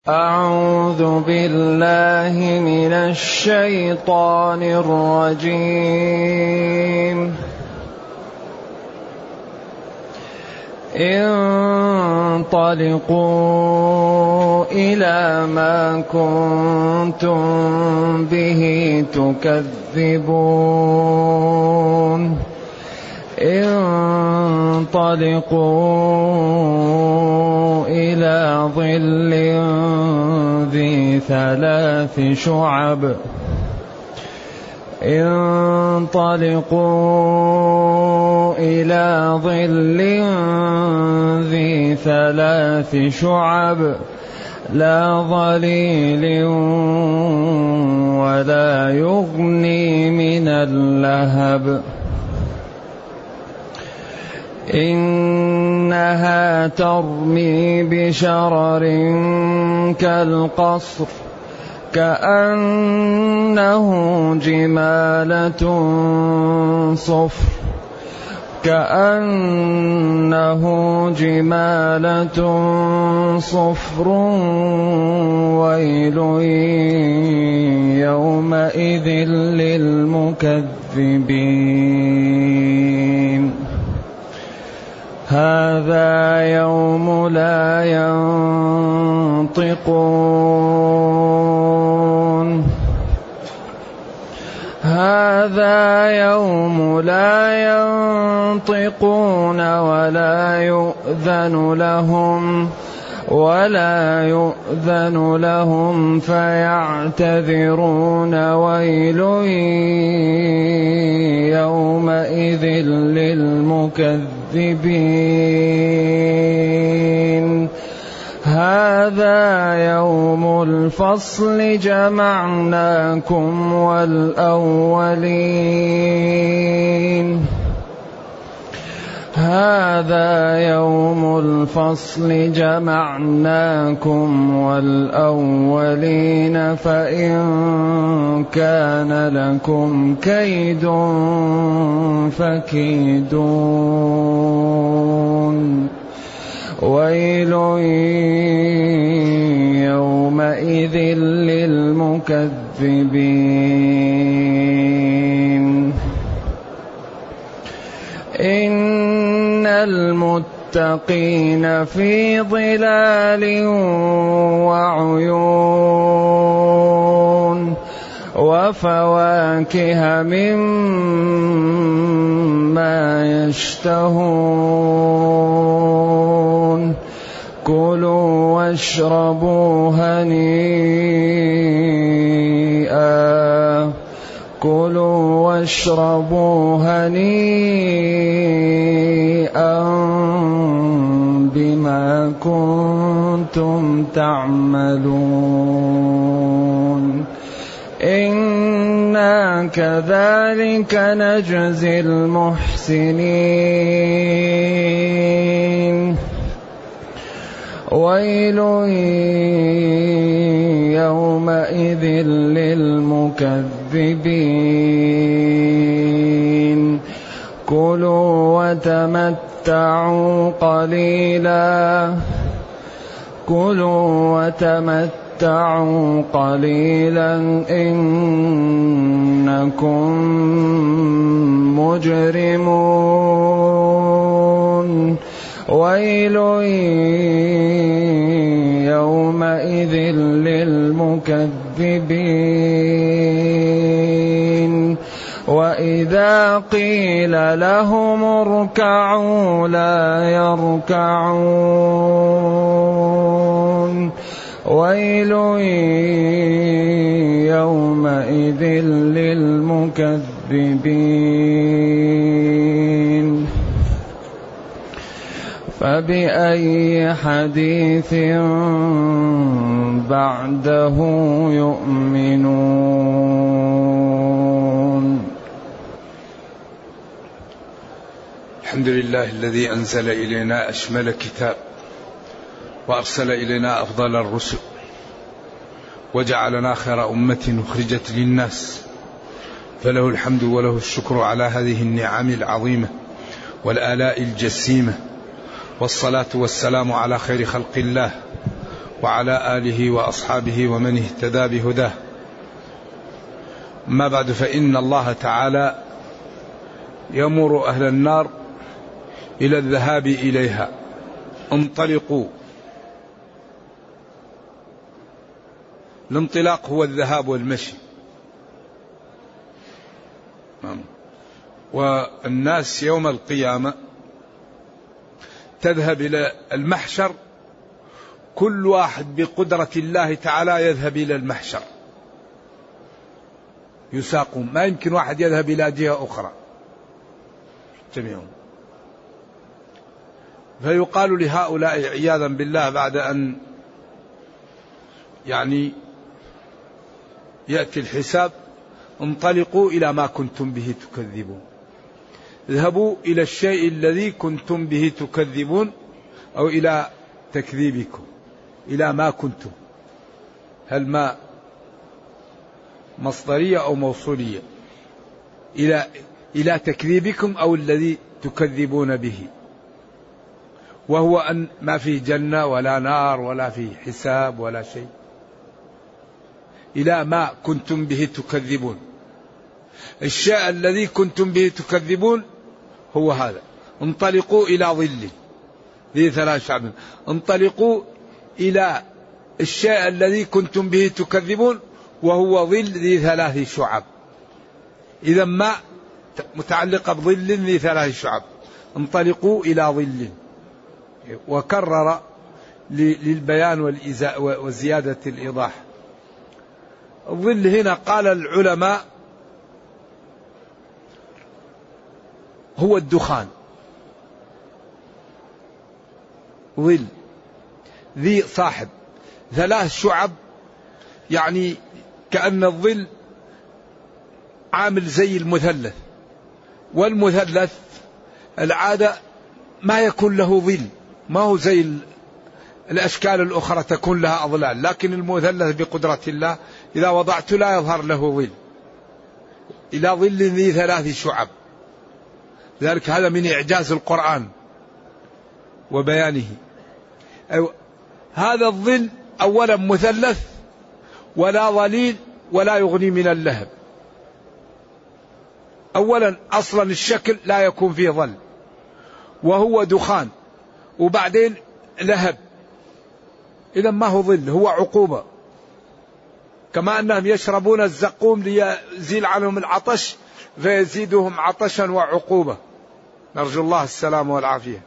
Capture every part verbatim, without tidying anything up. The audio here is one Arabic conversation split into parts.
أعوذ بالله من الشيطان الرجيم. انطلقوا إلى ما كنتم به تكذبون انطلقوا إلى ظل ذي ثلاث شعب انطلقوا إلى ظل ذي ثلاث شعب لا ظليل ولا يغني من اللهب إنها ترمي بشرر كالقصر كأنه جمالة صفر كأنه جمالة صفر ويل يومئذ للمكذبين هذا يوم لا ينطقون هذا يوم لا ينطقون ولا يؤذن لهم ولا يؤذن لهم فيعتذرون ويل يومئذ للمكذبين هذا يوم الفصل جمعناكم والأولين هذا يوم الفصل جمعناكم والأولين فإن كان لكم كيد فكيدون ويل يومئذ للمكذبين إن المتقين في ظلال وعيون وفواكه مما يشتهون كلوا واشربوا هنيئا كلوا واشربوا هنيئا بما كنتم تعملون إنا كذلك نجزي المحسنين ويل يومئذ للمكذبين كلوا وتمتعوا قليلا كلوا وتمتعوا قليلا إنكم مجرمون ويل يومئذ للمكذبين وإذا قيل لهم اركعوا لا يركعون ويل يومئذ للمكذبين فبأي حديث بعده يؤمنون الحمد لله الذي أنزل إلينا أشمل كتاب وأرسل إلينا أفضل الرسل وجعلنا خير أمة أخرجت للناس فله الحمد وله الشكر على هذه النعم العظيمة والآلاء الجسيمة والصلاة والسلام على خير خلق الله وعلى آله وأصحابه ومن اهتدى بهداه. ما بعد، فإن الله تعالى يأمر أهل النار إلى الذهاب إليها. انطلقوا. الانطلاق هو الذهاب والمشي. والناس يوم القيامة تذهب إلى المحشر، كل واحد بقدرة الله تعالى يذهب إلى المحشر، يساقون. ما يمكن واحد يذهب إلى جهة أخرى جميعهم. فيقال لهؤلاء عياذا بالله بعد أن يعني يأتي الحساب: انطلقوا إلى ما كنتم به تكذبون. اذهبوا إلى الشيء الذي كنتم به تكذبون، أو إلى تكذيبكم، إلى ما كنتم. هل ما مصدرية أو موصولية؟ إلى إلى تكذيبكم أو الذي تكذبون به، وهو أن ما فيه جنة ولا نار ولا فيه حساب ولا شيء. إلى ما كنتم به تكذبون. الشيء الذي كنتم به تكذبون هو هذا: انطلقوا إلى ظل ذي ثلاث شعب. انطلقوا إلى الشيء الذي كنتم به تكذبون، وهو ظل ذي ثلاث شعب. إذا ما متعلقة بظل ذي ثلاث شعب. انطلقوا إلى ظل. وكرر للبيان وزيادة الإيضاح. الظل هنا قال العلماء هو الدخان. ظل ذي صاحب ثلاث شعب، يعني كأن الظل عامل زي المثلث، والمثلث العادة ما يكون له ظل، ما هو زي الأشكال الأخرى تكون لها أظلال، لكن المثلث بقدرة الله إذا وضعت لا يظهر له ظل. إلى ظل ذي ثلاث شعب. ذلك هذا من إعجاز القرآن وبيانه. أيوة. هذا الظل أولا مثلث ولا ظليل ولا يغني من اللهب. أولا أصلا الشكل لا يكون فيه ظل، وهو دخان، وبعدين لهب. إذا ما هو ظل، هو عقوبة. كما أنهم يشربون الزقوم ليزيل عنهم العطش فيزيدهم عطشا وعقوبة، نرجو الله السلامة والعافية.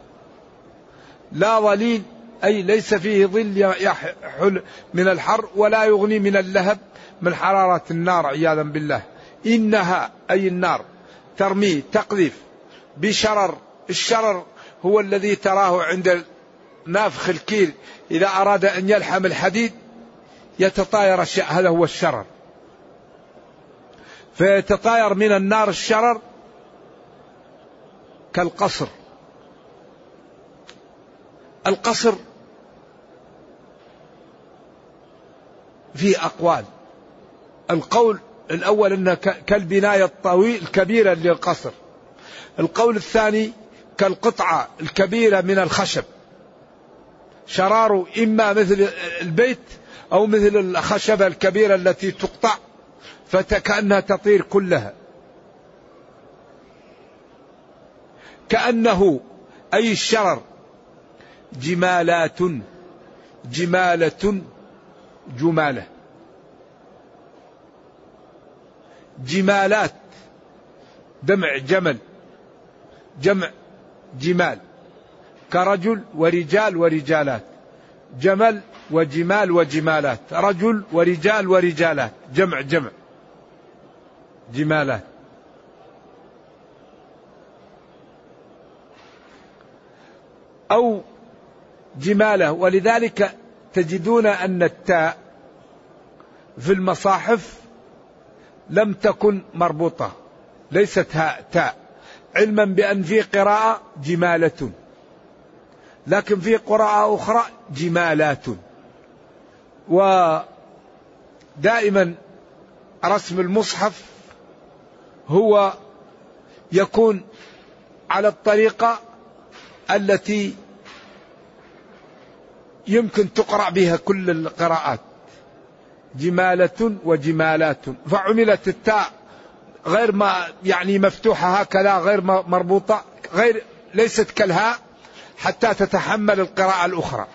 لا ظليل أي ليس فيه ظل يحل من الحر، ولا يغني من اللهب من حرارة النار عياذا بالله. إنها أي النار ترمي تقذف بشرر. الشرر هو الذي تراه عند نافخ الكير إذا أراد أن يلحم الحديد يتطاير الشيء، هذا هو الشرر. فيتطاير من النار الشرر كالقصر. القصر فيه أقوال. القول الأول أنه كالبناية الطويل الكبيرة للقصر. القول الثاني كالقطعة الكبيرة من الخشب، شراره إما مثل البيت أو مثل الخشبة الكبيرة التي تقطع فكأنها تطير كلها. كأنه أي الشرر جمالات جمالة جمالة. جمالات جمع جمل، جمع جمال، كرجل ورجال ورجالات. جمل وجمال وجمالات، رجل ورجال ورجالات، جمع جمع جمالات. أو جمالة. ولذلك تجدون أن التاء في المصاحف لم تكن مربوطة، ليست هاء تاء، علما بأن في قراءة جمالة، لكن في قراءة أخرى جمالات. ودائما رسم المصحف هو يكون على الطريقة التي يمكن تقرأ بها كل القراءات، جمالة وجمالات، فعملت التاء غير ما يعني مفتوحة هكذا غير مربوطة، غير ليست كالهاء حتى تتحمل القراءة الأخرى.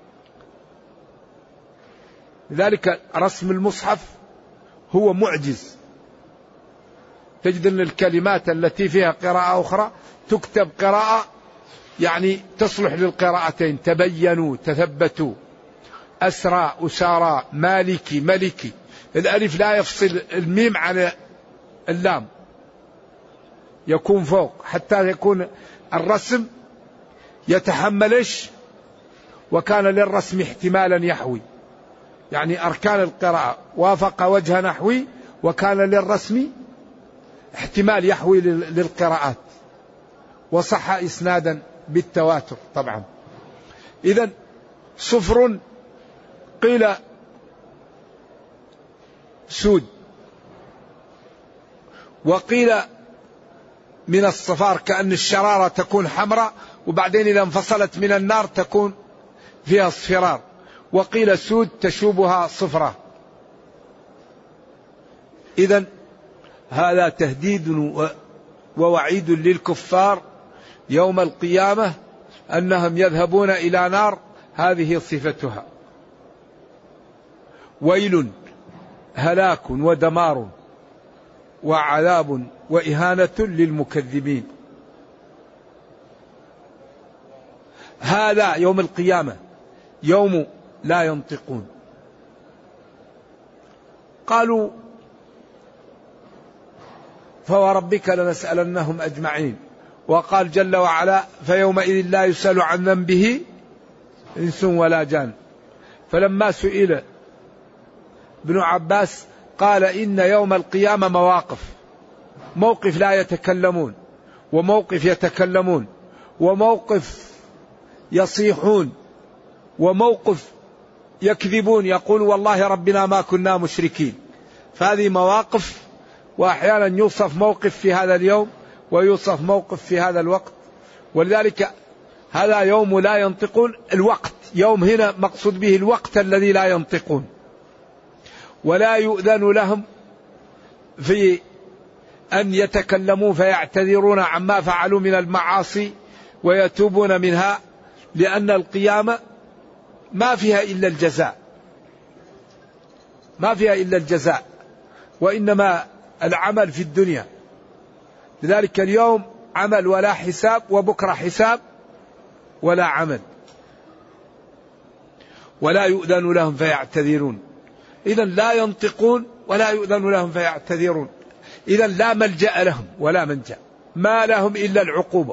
لذلك رسم المصحف هو معجز، تجد أن الكلمات التي فيها قراءة أخرى تكتب قراءة يعني تصلح للقراءتين: تبينوا، تثبتوا، أسرى، أسارى، مالكي، ملكي. الألف لا يفصل الميم عن اللام، يكون فوق حتى يكون الرسم يتحملش. وكان للرسم احتمالا يحوي، يعني أركان القراءة وافق وجه نحوي، وكان للرسم احتمال يحوي للقراءات، وصح إسنادا بالتواتر طبعا. إذن صفر قيل سود، وقيل من الصفار كأن الشرارة تكون حمراء، وبعدين إذا انفصلت من النار تكون فيها اصفرار، وقيل سود تشوبها صفرة. إذن هذا تهديد ووعيد للكفار يوم القيامة أنهم يذهبون إلى نار هذه صفتها. ويل، هلاك ودمار وعذاب وإهانة للمكذبين. هذا يوم القيامة يوم لا ينطقون. قالوا فوربك لنسألنهم أجمعين. وقال جل وعلا: فيومئذ لا يسأل عن ذنبه إنس ولا جان. فلما سئل ابن عباس قال: إن يوم القيامة مواقف، موقف لا يتكلمون، وموقف يتكلمون، وموقف يصيحون، وموقف يكذبون يقول والله ربنا ما كنا مشركين. فهذه مواقف، وأحيانا يوصف موقف في هذا اليوم ويوصف موقف في هذا الوقت. ولذلك هذا يوم لا ينطقون. الوقت يوم هنا مقصود به الوقت الذي لا ينطقون، ولا يؤذن لهم في أن يتكلموا فيعتذرون عما فعلوا من المعاصي ويتوبون منها، لأن القيامة ما فيها إلا الجزاء، ما فيها إلا الجزاء، وإنما العمل في الدنيا. لذلك اليوم عمل ولا حساب، وبكرة حساب ولا عمل. ولا يؤذن لهم فيعتذرون. إذا لا ينطقون ولا يؤذن لهم فيعتذرون. إذا لا ملجأ لهم ولا منجأ، ما لهم إلا العقوبة.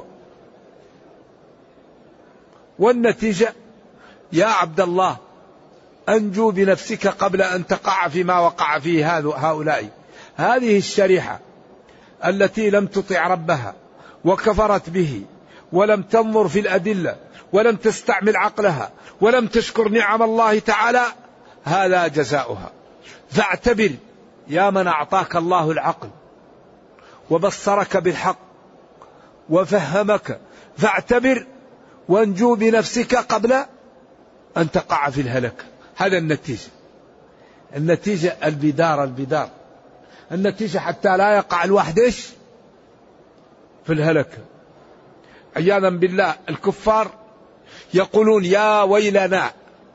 والنتيجة يا عبد الله أنجو بنفسك قبل أن تقع فيما وقع فيه هؤلاء. هذه الشريحة التي لم تطع ربها وكفرت به ولم تنظر في الأدلة ولم تستعمل عقلها ولم تشكر نعم الله تعالى، هذا جزاؤها. فاعتبر يا من أعطاك الله العقل وبصرك بالحق وفهمك، فاعتبر وانجو بنفسك قبل أن تقع في الهلك. هذا النتيجة. النتيجة البدار البدار النتيجة حتى لا يقع الواحد إيش في الهلك. عياذا بالله الكفار يقولون يا ويلنا،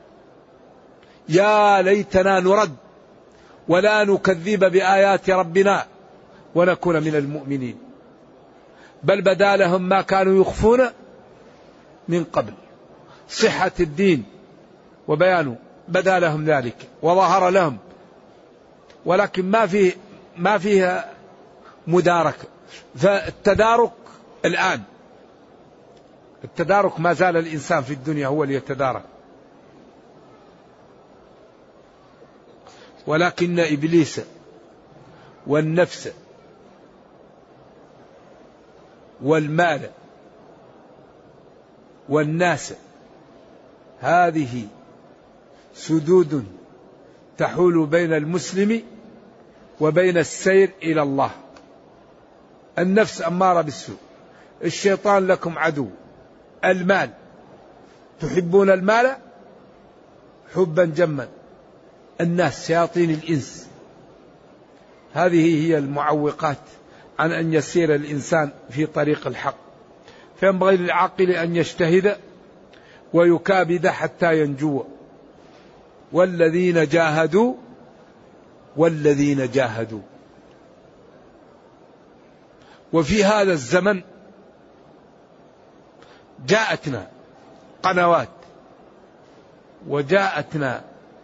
يا ليتنا نرد ولا نكذب بآيات ربنا ونكون من المؤمنين، بل بدا لهم ما كانوا يخفون من قبل. صحة الدين وبيانه بدا لهم ذلك وظهر لهم، ولكن ما فيه ما فيها مداركة. فالتدارك الآن، التدارك ما زال الإنسان في الدنيا هو اللي يتدارك، ولكن إبليس والنفس والمال والناس هذه سدود تحول بين المسلم وبين السير إلى الله. النفس أمارة بالسوء، الشيطان لكم عدو، المال تحبون المال حبا جما. الناس شياطين الإنس، هذه هي المعوقات عن أن يسير الإنسان في طريق الحق. فينبغي للعاقل أن يجتهد ويكابد حتى ينجو. والذين جاهدوا والذين جاهدوا. وفي هذا الزمن جاءتنا قنوات وجاءتنا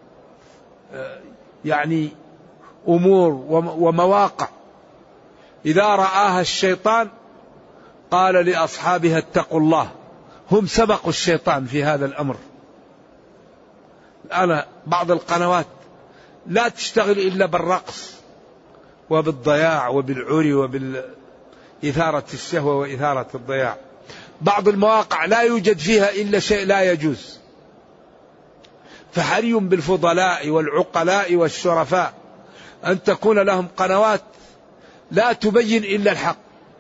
يعني أمور ومواقع إذا رآها الشيطان قال لأصحابها اتقوا الله. هم سبقوا الشيطان في هذا الأمر. الآن بعض القنوات لا تشتغل إلا بالرقص وبالضياع وبالعري وبالإثارة الشهوة وإثارة الضياع. بعض المواقع لا يوجد فيها إلا شيء لا يجوز. فحري بالفضلاء والعقلاء والشرفاء أن تكون لهم قنوات لا تبين إلا الحق،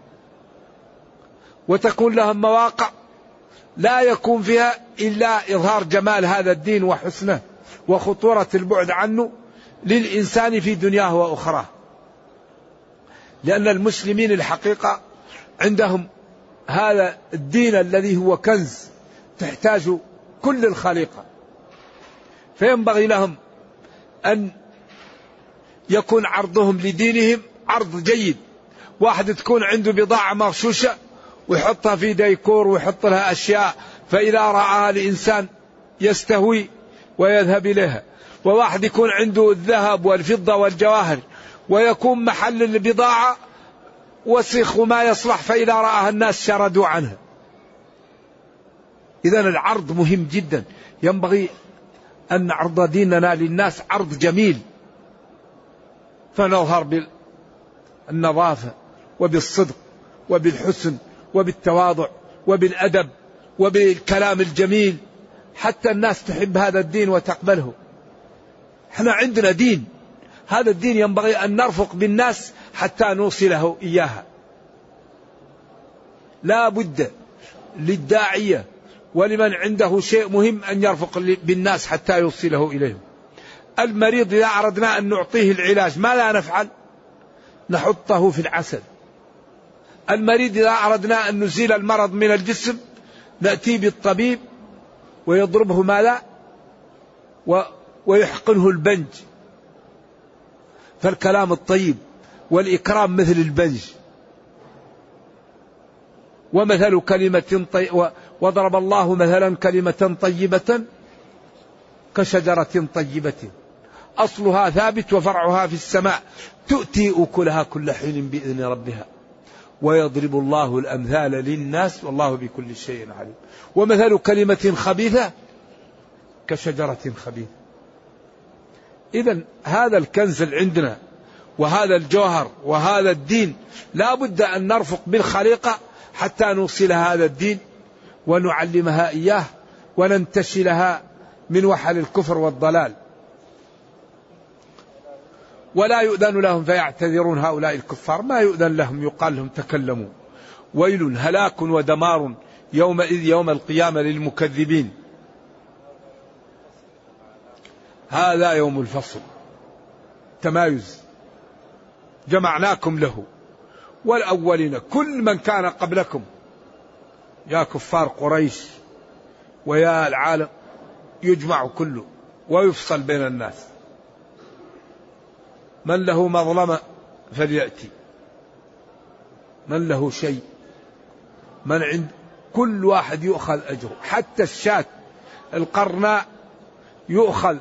وتكون لهم مواقع لا يكون فيها إلا إظهار جمال هذا الدين وحسنه وخطورة البعد عنه للإنسان في دنياه وأخراه. لأن المسلمين الحقيقة عندهم هذا الدين الذي هو كنز تحتاج كل الخليقة. فينبغي لهم أن يكون عرضهم لدينهم عرض جيد. واحد تكون عنده بضاعة مغشوشة ويحطها في ديكور ويحط لها أشياء، فإذا رآها الإنسان يستهوي ويذهب إليها. وواحد يكون عنده الذهب والفضة والجواهر ويكون محل البضاعة وسخ وما يصلح، فإذا رآها الناس شردوا عنها. إذن العرض مهم جدا. ينبغي أن نعرض ديننا للناس عرض جميل، فنظهر بالنظافة وبالصدق وبالحسن وبالتواضع وبالأدب وبالكلام الجميل حتى الناس تحب هذا الدين وتقبله. احنا عندنا دين، هذا الدين ينبغي أن نرفق بالناس حتى نوصله إياها. لا بد للداعية ولمن عنده شيء مهم أن يرفق بالناس حتى يوصله إليهم. المريض إذا أردنا أن نعطيه العلاج ما لا نفعل؟ نحطه في العسل. المريض إذا أردنا أن نزيل المرض من الجسم نأتي بالطبيب ويضربه ما لا و... ويحقنه البنج. فالكلام الطيب والإكرام مثل البنج. ومثل كلمة طي... و... وضرب الله مثلا كلمة طيبة كشجرة طيبة أصلها ثابت وفرعها في السماء تؤتي أكلها كل حين بإذن ربها ويضرب الله الأمثال للناس والله بكل شيء عليم. ومثل كلمة خبيثة كشجرة خبيثة. إذن هذا الكنز اللي عندنا وهذا الجوهر وهذا الدين لا بد أن نرفق بالخليقة حتى نوصل هذا الدين ونعلمها إياه وننتشلها من وحل الكفر والضلال. ولا يؤذن لهم فيعتذرون هؤلاء الكفار. ما يؤذن لهم، يقال لهم تكلموا. ويل هلاك ودمار يومئذ يوم القيامة للمكذبين. هذا يوم الفصل تمايز جمعناكم له والأولين كل من كان قبلكم يا كفار قريش ويا العالم يجمع كله ويفصل بين الناس. من له مظلمة فليأتي، من له شيء، من عند كل واحد يؤخذ أجره. حتى الشاة القرناء يؤخذ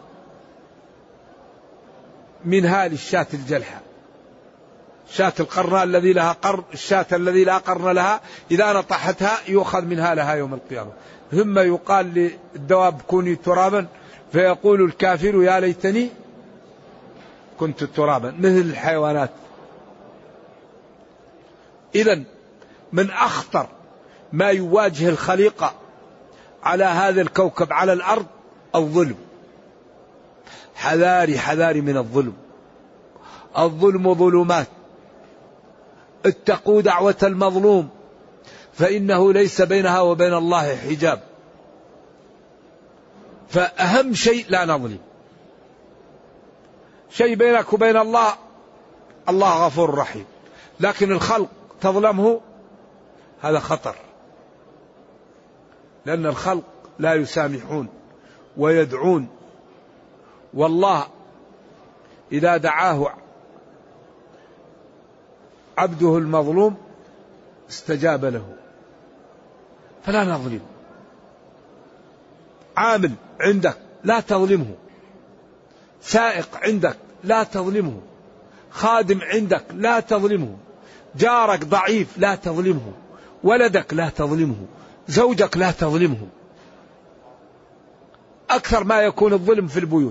منها للشاة الجلحة. شاة القرناء الذي لها قرن، الشاة الذي لا قرن لها إذا نطحتها يؤخذ منها لها يوم القيامة. ثم يقال للدواب كوني ترابا فيقول الكافر يا ليتني كنت ترابا، مثل الحيوانات. إذن من أخطر ما يواجه الخليقة على هذا الكوكب على الأرض الظلم. حذاري حذاري من الظلم. الظلم ظلمات. اتقوا دعوة المظلوم فإنه ليس بينها وبين الله حجاب. فأهم شيء لا نظلم. شيء بينك وبين الله، الله غفور رحيم، لكن الخلق تظلمه، هذا خطر، لأن الخلق لا يسامحون ويدعون، والله إذا دعاه عبده المظلوم استجاب له. فلا نظلم. عامل عندك لا تظلمه، سائق عندك لا تظلمه، خادم عندك لا تظلمه، جارك ضعيف لا تظلمه، ولدك لا تظلمه، زوجك لا تظلمه. أكثر ما يكون الظلم في البيوت،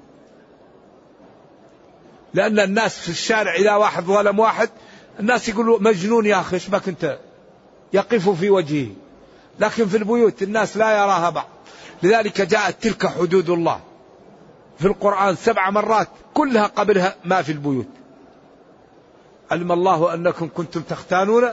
لأن الناس في الشارع إذا واحد ظلم واحد الناس يقولوا مجنون يا أخي، إيش بك أنت، يقف في وجهه. لكن في البيوت الناس لا يراها بعض. لذلك جاءت تلك حدود الله في القرآن سبع مرات، كلها قبلها ما في البيوت. علم الله أنكم كنتم تختانون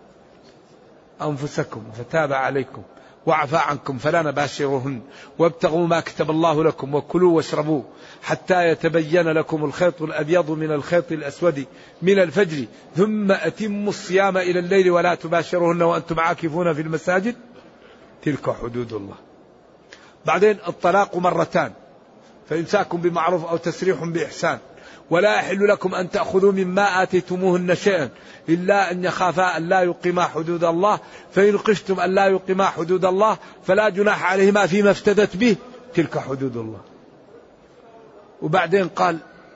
أنفسكم فتاب عليكم وعفى عنكم فلا نباشرهن وابتغوا ما كتب الله لكم وكلوا واشربوا حتى يتبين لكم الخيط الأبيض من الخيط الأسود من الفجر ثم أتموا الصيام إلى الليل ولا تباشرهن وأنتم عاكفون في المساجد تلك حدود الله. بعدين الطلاق مرتان، فإمساك بمعروف أو تسريح بإحسان. ولا يحل لكم أن تأخذوا مما آتيتموهن شيئا إلا أن يخافا أن لا يقيما حدود الله، فإن خفتم أن لا يقيما حدود الله فلا جناح عليهما فيما افتدت به تلك حدود الله. وبعدين قال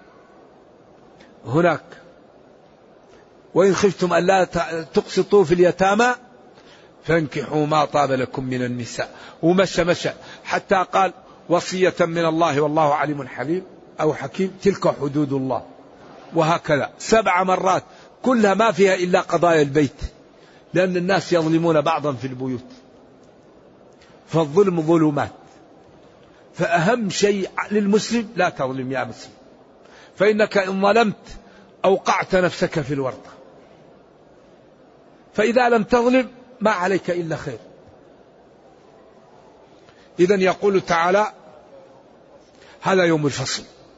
هناك وإن خفتم أن لا تقسطوا في اليتامى فانكحوا ما طاب لكم من النساء، ومشى مشى حتى قال وصية من الله والله عليم حليم أو حكيم تلك حدود الله. وهكذا سبع مرات كلها ما فيها إلا قضايا البيت، لأن الناس يظلمون بعضا في البيوت، فالظلم ظلمات. فأهم شيء للمسلم لا تظلم يا مسلم، فإنك إن ظلمت أوقعت نفسك في الورطة. فإذا لم تظلم ما عليك إلا خير. إذن يقول تعالى هذا يوم الفصل،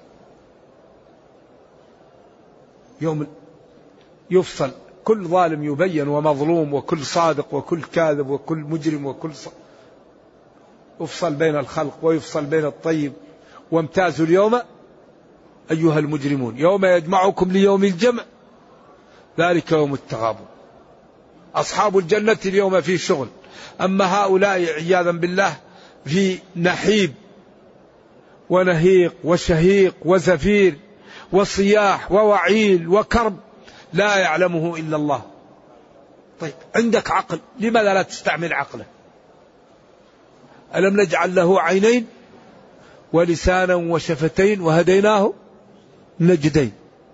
يوم يفصل، كل ظالم يبين ومظلوم وكل صادق وكل كاذب وكل مجرم وكل ص... يفصل بين الخلق ويفصل بين الطيب. وامتازوا اليوم أيها المجرمون يوم يجمعكم ليوم الجمع ذلك يوم التغابن. أصحاب الجنة اليوم في شغل، أما هؤلاء عياذا بالله في نحيب ونهيق وشهيق وزفير وصياح ووعيل وكرب لا يعلمه إلا الله. طيب عندك عقل، لماذا لا تستعمل عقله؟ ألم نجعل له عينين ولسانا وشفتين وهديناه نجدين.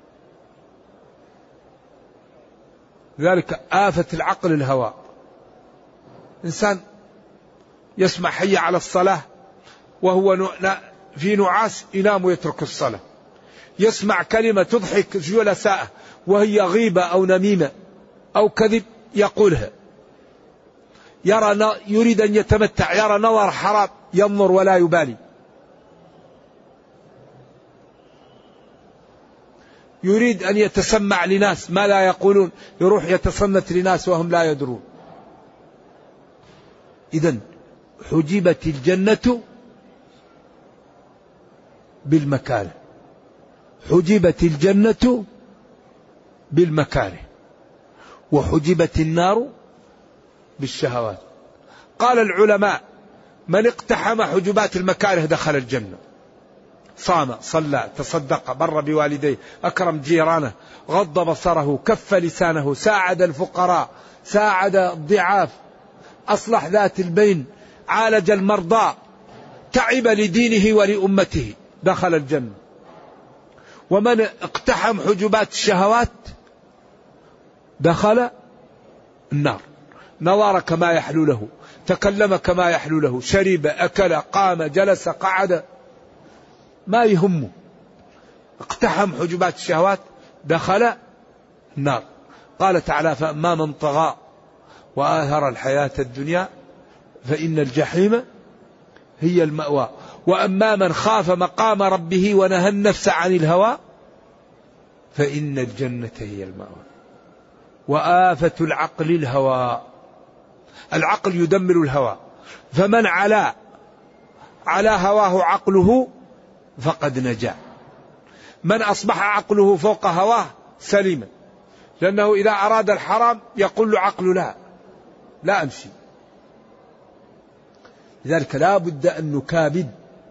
ذلك آفة العقل الهوى. إنسان يسمع حي على الصلاة وهو في نعاس ينام ويترك الصلاة، يسمع كلمة تضحك جلساءه وهي غيبة أو نميمة أو كذب يقولها، يرى يريد أن يتمتع، يرى نظر حرام ينظر ولا يبالي، يريد أن يتسمع لناس ما لا يقولون، يروح يتصنت لناس وهم لا يدرون. إذن حجبت الجنة بالمكاره، حجبت الجنة بالمكاره، وحجبت النار بالشهوات. قال العلماء من اقتحم حجبات المكاره دخل الجنة، صام صلى تصدق بر بوالديه أكرم جيرانه غض بصره كف لسانه ساعد الفقراء ساعد الضعاف أصلح ذات البين عالج المرضى تعب لدينه ولأمته دخل الجنة. ومن اقتحم حجبات الشهوات دخل النار، نظر كما يحلو له، تكلم كما يحلو له، شرب أكل قام جلس قعد ما يهمه، اقتحم حجبات الشهوات دخل النار. قال تعالى فأما من طغى وآثر الحياة الدنيا فإن الجحيم هي المأوى وأما من خاف مقام ربه ونهى النفس عن الهوى فإن الجنة هي المأوى. وآفة العقل الهوى، العقل يدمر الهوى، فمن علا على هواه عقله فقد نجا. من أصبح عقله فوق هواه سليما، لأنه إذا أراد الحرام يقول له عقله لا لا أمشي. لذلك لا بد أن نكابد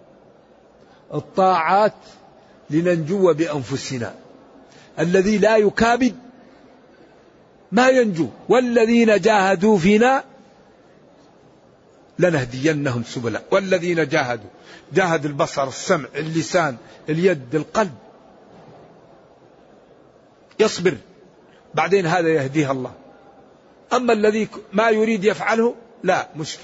الطاعات لننجو بأنفسنا. الذي لا يكابد ما ينجو. والذين جاهدوا فينا لنهدينهم سبلا. والذين جاهدوا، جاهد البصر، السمع، اللسان، اليد، القلب، يصبر، بعدين هذا يهديه الله. أما الذي ما يريد يفعله لا، مشكل.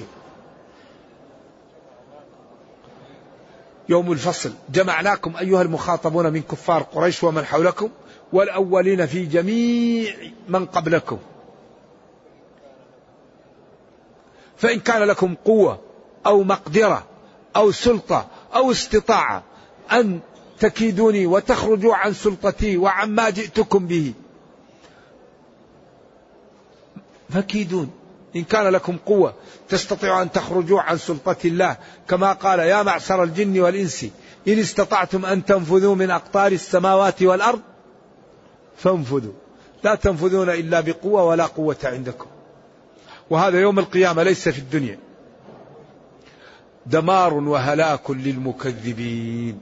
يوم الفصل جمعناكم أيها المخاطبون من كفار قريش ومن حولكم والأولين في جميع من قبلكم، فإن كان لكم قوة أو مقدرة أو سلطة أو استطاعة أن تكيدوني وتخرجوا عن سلطتي وعن ما جئتكم به فكيدون. إن كان لكم قوة تستطيعوا أن تخرجوا عن سلطة الله، كما قال يا معشر الجن والإنس إن استطعتم أن تنفذوا من أقطار السماوات والأرض فانفذوا لا تنفذون إلا بقوة ولا قوة عندكم. وهذا يوم القيامة ليس في الدنيا. دمار وهلاك للمكذبين.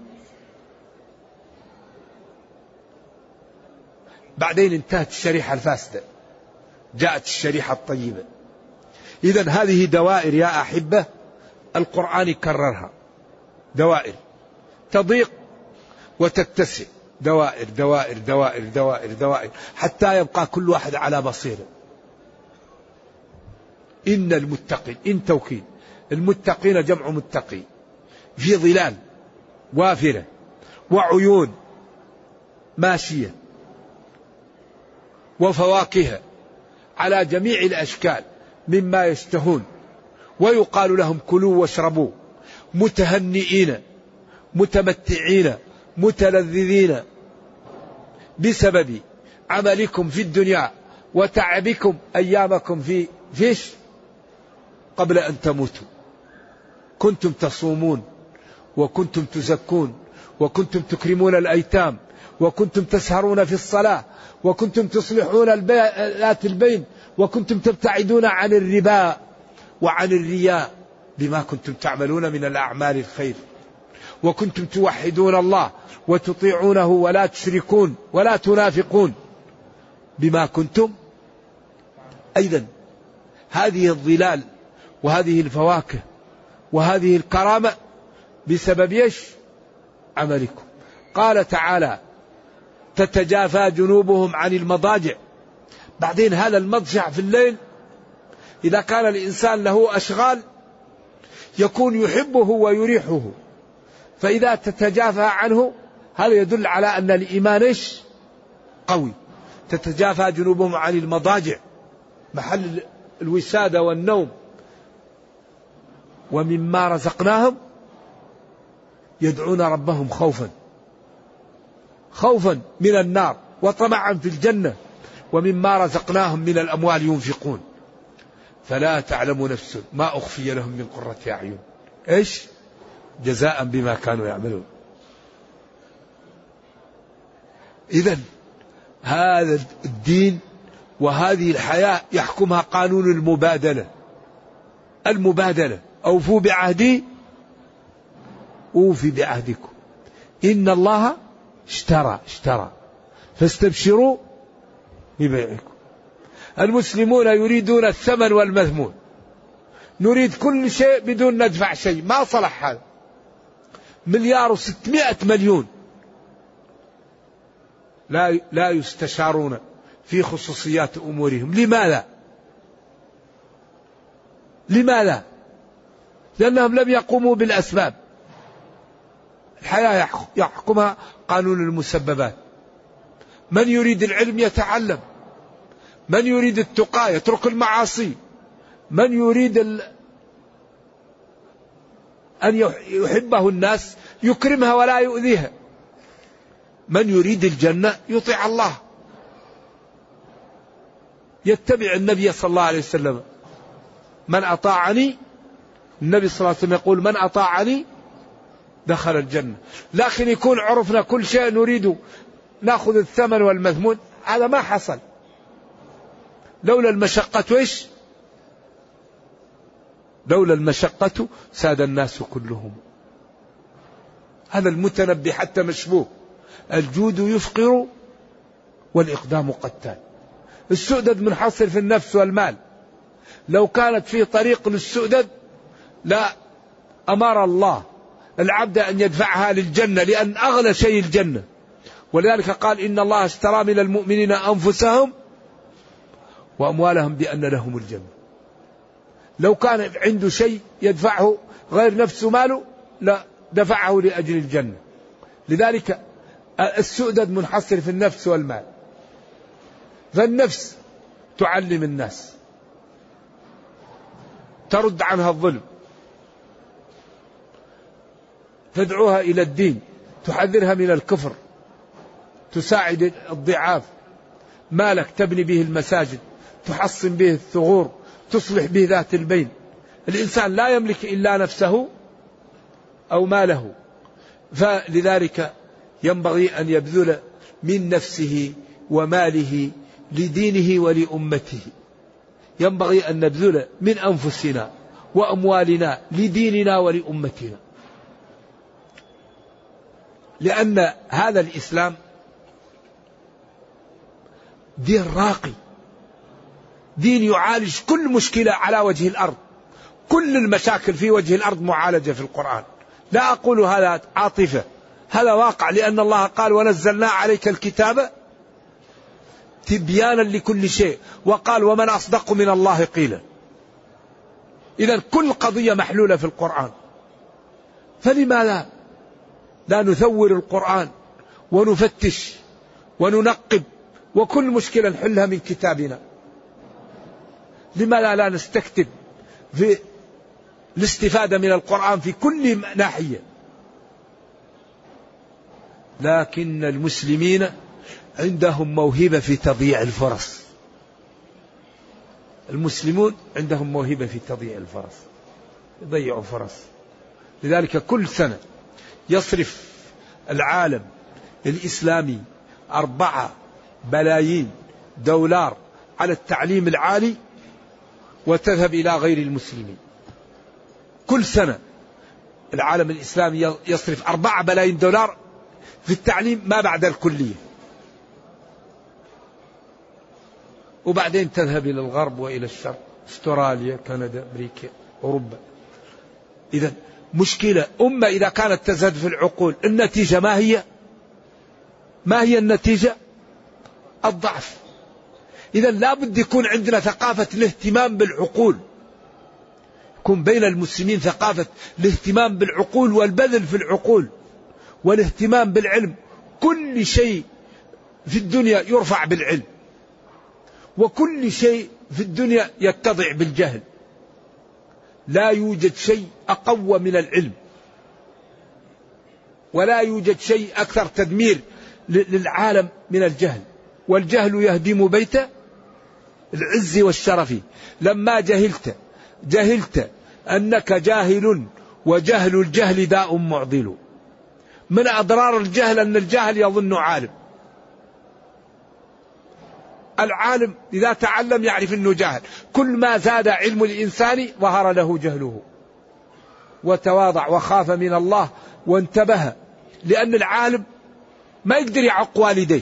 بعدين انتهت الشريحة الفاسدة، جاءت الشريحة الطيبة. إذن هذه دوائر يا أحبة، القرآن يكررها دوائر تضيق وتتسع، دوائر دوائر دوائر دوائر دوائر حتى يبقى كل واحد على بصيرة. إن المتقين، إن توكيد، المتقين جمع متقي، في ظلال وافرة وعيون ماشية وفواكه على جميع الأشكال مما يشتهون، ويقال لهم كلوا واشربوا متهنئين متمتعين متلذذين بسبب عملكم في الدنيا وتعبكم أيامكم في فيش قبل أن تموتوا. كنتم تصومون وكنتم تزكون وكنتم تكرمون الأيتام وكنتم تسهرون في الصلاة وكنتم تصلحون ذات البين وكنتم تبتعدون عن الربا وعن الرياء بما كنتم تعملون من الأعمال الخير، وكنتم توحدون الله وتطيعونه ولا تشركون ولا تنافقون بما كنتم. أيضا هذه الظلال وهذه الفواكه وهذه الكرامة بسبب ايش؟ عملكم. قال تعالى تتجافى جنوبهم عن المضاجع. بعدين هذا المضجع في الليل إذا كان الإنسان له أشغال يكون يحبه ويريحه، فإذا تتجافى عنه هذا يدل على أن الإيمان إيش؟ قوي. تتجافى جنوبهم عن المضاجع محل الوسادة والنوم. ومما رزقناهم يدعون ربهم خوفا خوفا من النار وطمعا في الجنة ومما رزقناهم من الأموال ينفقون فلا تعلم نفس ما أخفي لهم من قرة أعين إيش؟ جزاء بما كانوا يعملون. إذن هذا الدين وهذه الحياة يحكمها قانون المبادلة. المبادلة أوفوا بعهدي أوفي بعهدكم إن الله اشترى اشترى فاستبشروا ببيعكم. المسلمون يريدون الثمن والمذمون، نريد كل شيء بدون ندفع شيء. ما صلح هذا. مليار وستمائة مليون لا لا يستشارون في خصوصيات أمورهم. لماذا؟ لماذا؟ لأنهم لم يقوموا بالأسباب. الحياة يحكمها قانون المسببات. من يريد العلم يتعلم، من يريد التقى يترك المعاصي، من يريد أن يحبه الناس يكرمها ولا يؤذيها. من يريد الجنة يطيع الله، يتبع النبي صلى الله عليه وسلم. من أطاعني، النبي صلى الله عليه وسلم يقول من أطاعني دخل الجنة. لكن يكون عرفنا كل شيء نريد نأخذ الثمن والمثمون، هذا ما حصل. لولا المشقة وإيش؟ لولا المشقة ساد الناس كلهم. هذا المتنبي حتى مشبوه، الجود يفقر والإقدام قتال. السؤدد منحصر في النفس والمال، لو كانت في طريق للسؤدد لا أمر الله العبد أن يدفعها للجنة، لأن أغلى شيء الجنة. ولذلك قال إن الله اشترى من المؤمنين أنفسهم وأموالهم بأن لهم الجنة. لو كان عنده شيء يدفعه غير نفسه ماله لا دفعه لأجل الجنة. لذلك السؤدد منحصر في النفس والمال. فالنفس تعلم الناس، ترد عنها الظلم، تدعوها إلى الدين، تحذرها من الكفر، تساعد الضعاف. مالك تبني به المساجد، تحصن به الثغور، تصلح به ذات البين. الإنسان لا يملك إلا نفسه أو ماله، فلذلك ينبغي أن يبذل من نفسه وماله لدينه ولأمته. ينبغي أن نبذل من أنفسنا وأموالنا لديننا ولأمتنا، لأن هذا الإسلام دين راقي، دين يعالج كل مشكلة على وجه الأرض. كل المشاكل في وجه الأرض معالجة في القرآن. لا أقول هذا عاطفة، هذا واقع، لأن الله قال ونزلنا عليك الكتاب تبيانا لكل شيء، وقال ومن أصدق من الله قيلا. إذن كل قضية محلولة في القرآن، فلماذا لا نثور القرآن ونفتش وننقب وكل مشكلة نحلها من كتابنا؟ لماذا لا نستكتب في الاستفادة من القرآن في كل ناحية؟ لكن المسلمين عندهم موهبة في تضييع الفرص. المسلمون عندهم موهبة في تضييع الفرص، يضيعوا فرص. لذلك كل سنة يصرف العالم الإسلامي أربعة بلايين دولار على التعليم العالي، وتذهب إلى غير المسلمين. كل سنة العالم الإسلامي يصرف أربعة بلايين دولار في التعليم ما بعد الكلية، وبعدين تذهب إلى الغرب وإلى الشرق، استراليا، كندا، أمريكا، أوروبا. إذا مشكلة أمة إذا كانت تزهد في العقول، النتيجة ما هي؟ ما هي النتيجة؟ الضعف. إذا لا بد يكون عندنا ثقافة الاهتمام بالعقول، يكون بين المسلمين ثقافة الاهتمام بالعقول والبذل في العقول والاهتمام بالعلم. كل شيء في الدنيا يرفع بالعلم، وكل شيء في الدنيا يتضع بالجهل. لا يوجد شيء أقوى من العلم، ولا يوجد شيء أكثر تدمير للعالم من الجهل. والجهل يهدم بيت العز والشرف. لما جهلت جهلت أنك جاهل، وجهل الجهل داء معضل. من أضرار الجهل أن الجاهل يظن عالم. العالم إذا تعلم يعرف أنه جاهل. كل ما زاد علم الإنسان ظهر له جهله، وتواضع وخاف من الله وانتبه. لأن العالم ما يقدر يعق والديه،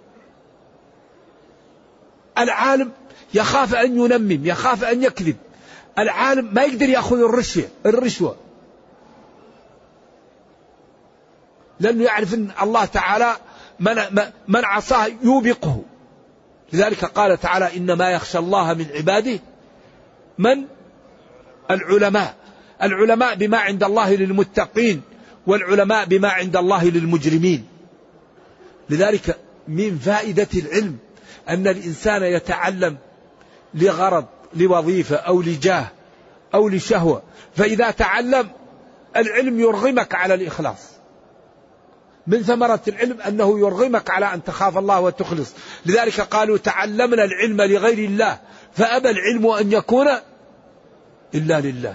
العالم يخاف أن ينمم، يخاف أن يكذب. العالم ما يقدر يأخذ الرشوة الرشوة لأنه يعرف أن الله تعالى من, من عصاه يوبقه. لذلك قال تعالى إنما يخشى الله من عباده من؟ العلماء. العلماء بما عند الله للمتقين، والعلماء بما عند الله للمجرمين. لذلك من فائدة العلم أن الإنسان يتعلم لغرض، لوظيفة أو لجاه أو لشهوة، فإذا تعلم العلم يرغمك على الإخلاص، من ثمرة العلم أنه يرغمك على أن تخاف الله وتخلص. لذلك قالوا تعلمنا العلم لغير الله فأبى العلم أن يكون إلا لله.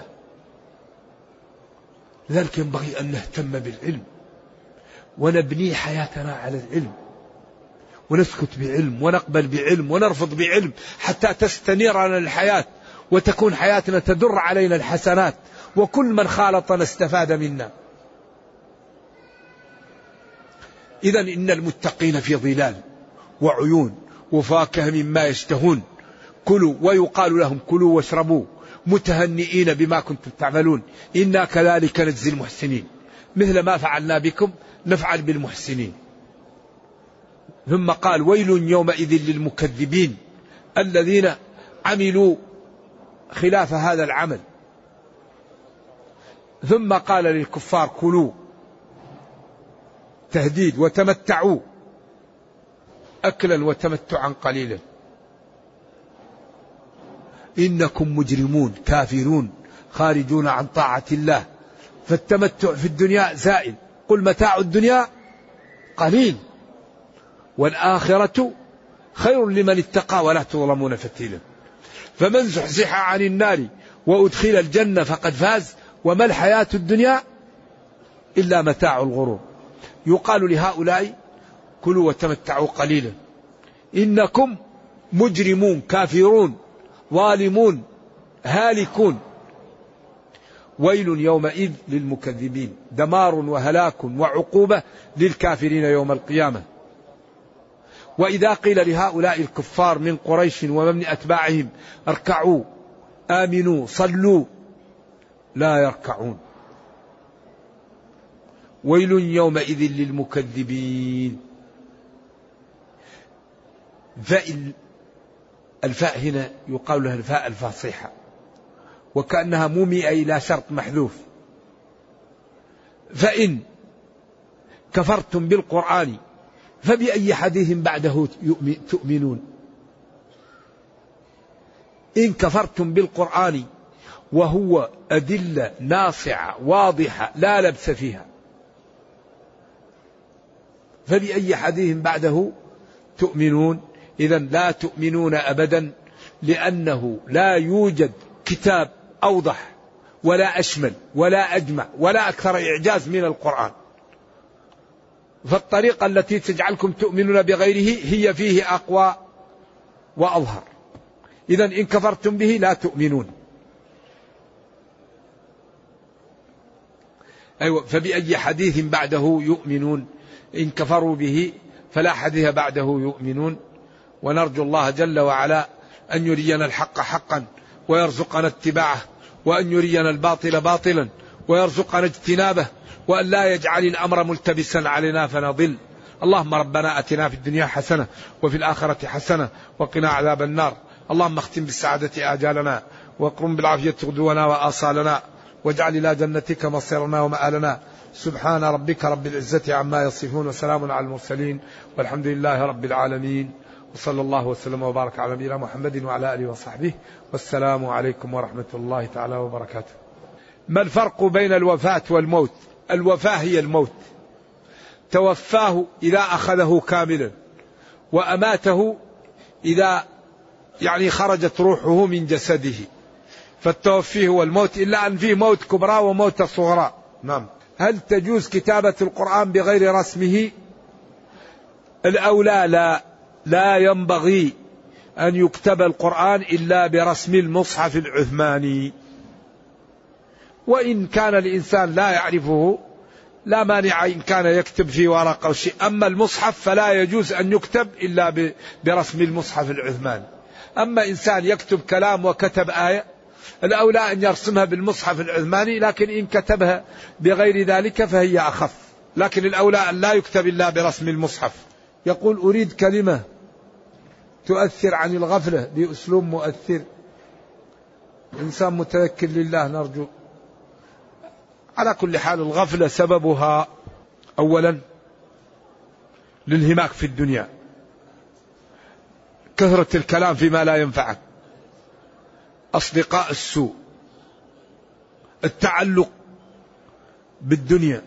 لذلك ينبغي أن نهتم بالعلم ونبني حياتنا على العلم، ونسكت بعلم ونقبل بعلم ونرفض بعلم حتى تستنير لنا الحياة وتكون حياتنا تدر علينا الحسنات، وكل من خالطنا استفاد منا. إذن إن المتقين في ظلال وعيون وفاكهة مما يشتهون كلوا ويقال لهم كلوا واشربوا متهنئين بما كنتم تعملون إنا كذلك نجزي المحسنين، مثل ما فعلنا بكم نفعل بالمحسنين. ثم قال ويل يومئذ للمكذبين الذين عملوا خلاف هذا العمل. ثم قال للكفار كلوا تهديد وتمتعوا أكلا وتمتعا قليلا إنكم مجرمون كافرون خارجون عن طاعة الله، فالتمتع في الدنيا زائل، قل متاع الدنيا قليل والآخرة خير لمن اتقى ولا تظلمون فتيلا. فمن زحزح عن النار وأدخل الجنة فقد فاز وما الحياة الدنيا إلا متاع الغرور. يقال لهؤلاء كلوا وتمتعوا قليلا إنكم مجرمون كافرون ظالمون هالكون. ويل يومئذ للمكذبين، دمار وهلاك وعقوبة للكافرين يوم القيامة. وإذا قيل لهؤلاء الكفار من قريش ومن أتباعهم اركعوا آمنوا صلوا لا يركعون. ويل يومئذ للمكذبين. فإن الفاء هنا يقال لها الفاء الفاصحة وكأنها مومئة إلى شرط محذوف. فإن كفرتم بالقرآن فبأي حديث بعده تؤمنون. إن كفرتم بالقرآن وهو أدلة ناصعة واضحة لا لبس فيها فبأي حديث بعده تؤمنون. إذن لا تؤمنون أبدا، لأنه لا يوجد كتاب أوضح ولا أشمل ولا أجمع ولا أكثر إعجاز من القرآن. فالطريقة التي تجعلكم تؤمنون بغيره هي فيه أقوى وأظهر. إذن إن كفرتم به لا تؤمنون. أيوة فبأي حديث بعده يؤمنون. إن كفروا به فلا حديث بعده يؤمنون. ونرجو الله جل وعلا أن يرينا الحق حقا ويرزقنا اتباعه، وأن يرينا الباطل باطلا ويرزقنا اجتنابه، وأن لا يجعل الأمر ملتبسا علينا فنضل. اللهم ربنا أتنا في الدنيا حسنة وفي الآخرة حسنة وقنا عذاب النار. اللهم اختم بالسعادة آجالنا واقرم بالعافية غدونا وآصالنا واجعل إلى جنتك مصيرنا ومآلنا. سبحان ربك رب العزة عما يصفون وسلام على المرسلين والحمد لله رب العالمين، وصلى الله وسلم وبارك على نبينا محمد وعلى آله وصحبه، والسلام عليكم ورحمة الله تعالى وبركاته. ما الفرق بين الوفاة والموت؟ الوفاة هي الموت، توفاه إذا أخذه كاملا، وأماته إذا يعني خرجت روحه من جسده، فالتوفي هو الموت، إلا أن فيه موت كبرى وموت صغرى. نعم. هل تجوز كتابة القرآن بغير رسمه؟ الأولى لا لا ينبغي أن يكتب القرآن إلا برسم المصحف العثماني، وإن كان الإنسان لا يعرفه لا مانع إن كان يكتب في ورقة أو شيء. أما المصحف فلا يجوز أن يكتب إلا برسم المصحف العثماني. أما إنسان يكتب كلام وكتب آية الأولى أن يرسمها بالمصحف العثماني، لكن إن كتبها بغير ذلك فهي أخف، لكن الأولى أن لا يكتب إلا برسم المصحف. يقول أريد كلمة تؤثر عن الغفلة بأسلوب مؤثر. إنسان متذكر لله نرجو. على كل حال الغفلة سببها أولا الانهماك في الدنيا، كثرة الكلام فيما لا ينفعك، أصدقاء السوء، التعلق بالدنيا.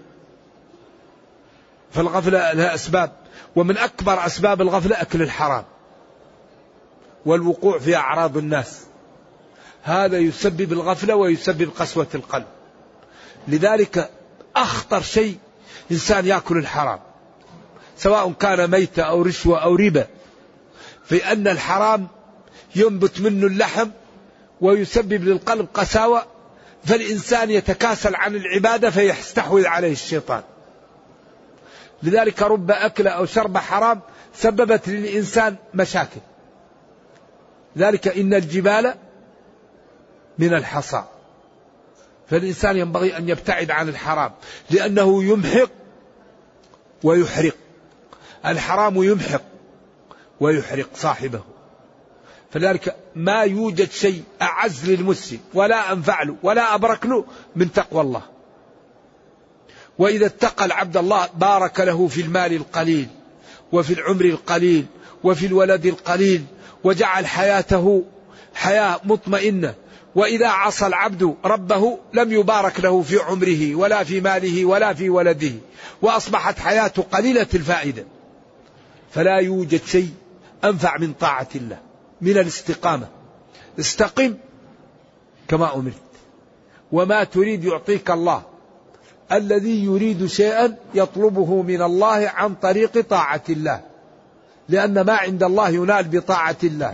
فالغفلة لها أسباب، ومن أكبر أسباب الغفلة أكل الحرام والوقوع في أعراض الناس، هذا يسبب الغفلة ويسبب قسوة القلب. لذلك أخطر شيء إنسان يأكل الحرام، سواء كان ميتة أو رشوة أو ربا، في أن الحرام ينبت منه اللحم ويسبب للقلب قساوة، فالإنسان يتكاسل عن العبادة فيستحوذ عليه الشيطان. لذلك رب أكل أو شرب حرام سببت للإنسان مشاكل. ذلك إن الجبال من الحصى، فالإنسان ينبغي أن يبتعد عن الحرام لأنه يمحق ويحرق. الحرام يمحق ويحرق صاحبه. فلذلك ما يوجد شيء أعز للمسلم ولا أنفع له ولا أبرك له من تقوى الله. وإذا اتقى العبد الله بارك له في المال القليل وفي العمر القليل وفي الولد القليل، وجعل حياته حياة مطمئنة. وإذا عصى العبد ربه لم يبارك له في عمره ولا في ماله ولا في ولده، وأصبحت حياته قليلة الفائدة. فلا يوجد شيء أنفع من طاعة الله، من الاستقامة. استقم كما أمرت، وما تريد يعطيك الله. الذي يريد شيئا يطلبه من الله عن طريق طاعة الله، لأن ما عند الله ينال بطاعة الله.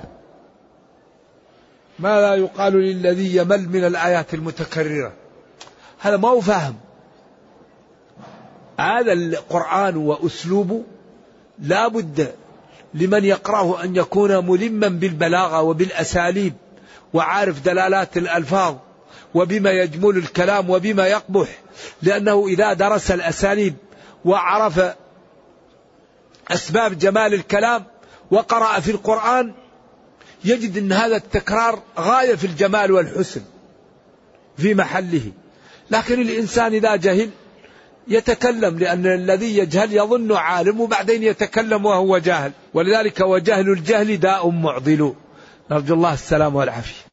ما لا يقال للذي يمل من الآيات المتكررة، هذا ما هو فاهم. هذا القرآن وأسلوبه لا بد لمن يقرأه أن يكون ملما بالبلاغة وبالأساليب، وعارف دلالات الألفاظ وبما يجمل الكلام وبما يقبح. لأنه إذا درس الأساليب وعرف أسباب جمال الكلام وقرأ في القرآن يجد أن هذا التكرار غاية في الجمال والحسن في محله. لكن الإنسان إذا جهل يتكلم، لأن الذي يجهل يظن عالم وبعدين يتكلم وهو جاهل. ولذلك وجهل الجهل داء معضل. نرجو الله السلام والعافية.